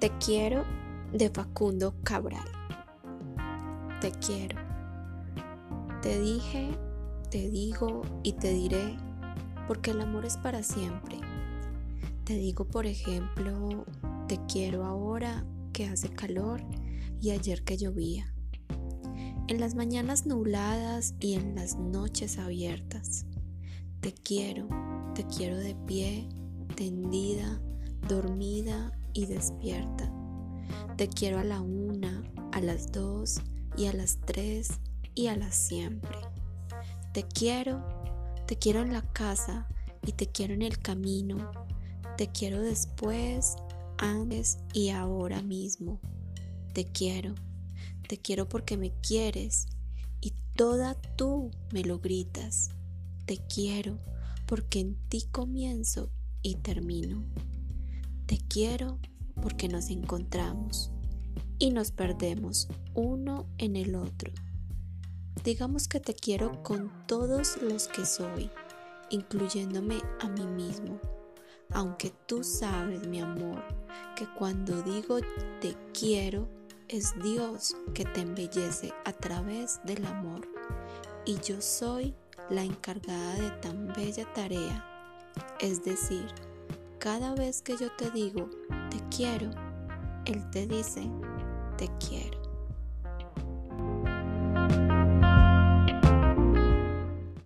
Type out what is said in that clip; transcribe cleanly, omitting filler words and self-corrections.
Te quiero de Facundo Cabral. Te quiero. Te dije, te digo y te diré, porque el amor es para siempre. Te digo, por ejemplo, te quiero ahora que hace calor y ayer que llovía. En las mañanas nubladas y en las noches abiertas. Te quiero de pie, tendida, dormida y despierta. Te quiero a la 1, a las 2 y a las 3 y a las siempre. Te quiero en la casa y te quiero en el camino. Te quiero después, antes y ahora mismo. Te quiero porque me quieres y toda tú me lo gritas. Te quiero porque en ti comienzo y termino. Te quiero porque nos encontramos y nos perdemos uno en el otro. Digamos que te quiero con todos los que soy, incluyéndome a mí mismo. Aunque tú sabes, mi amor, que cuando digo te quiero, es Dios que te embellece a través del amor. Y yo soy la encargada de tan bella tarea. Es decir, cada vez que yo te digo te quiero, Él te dice te quiero.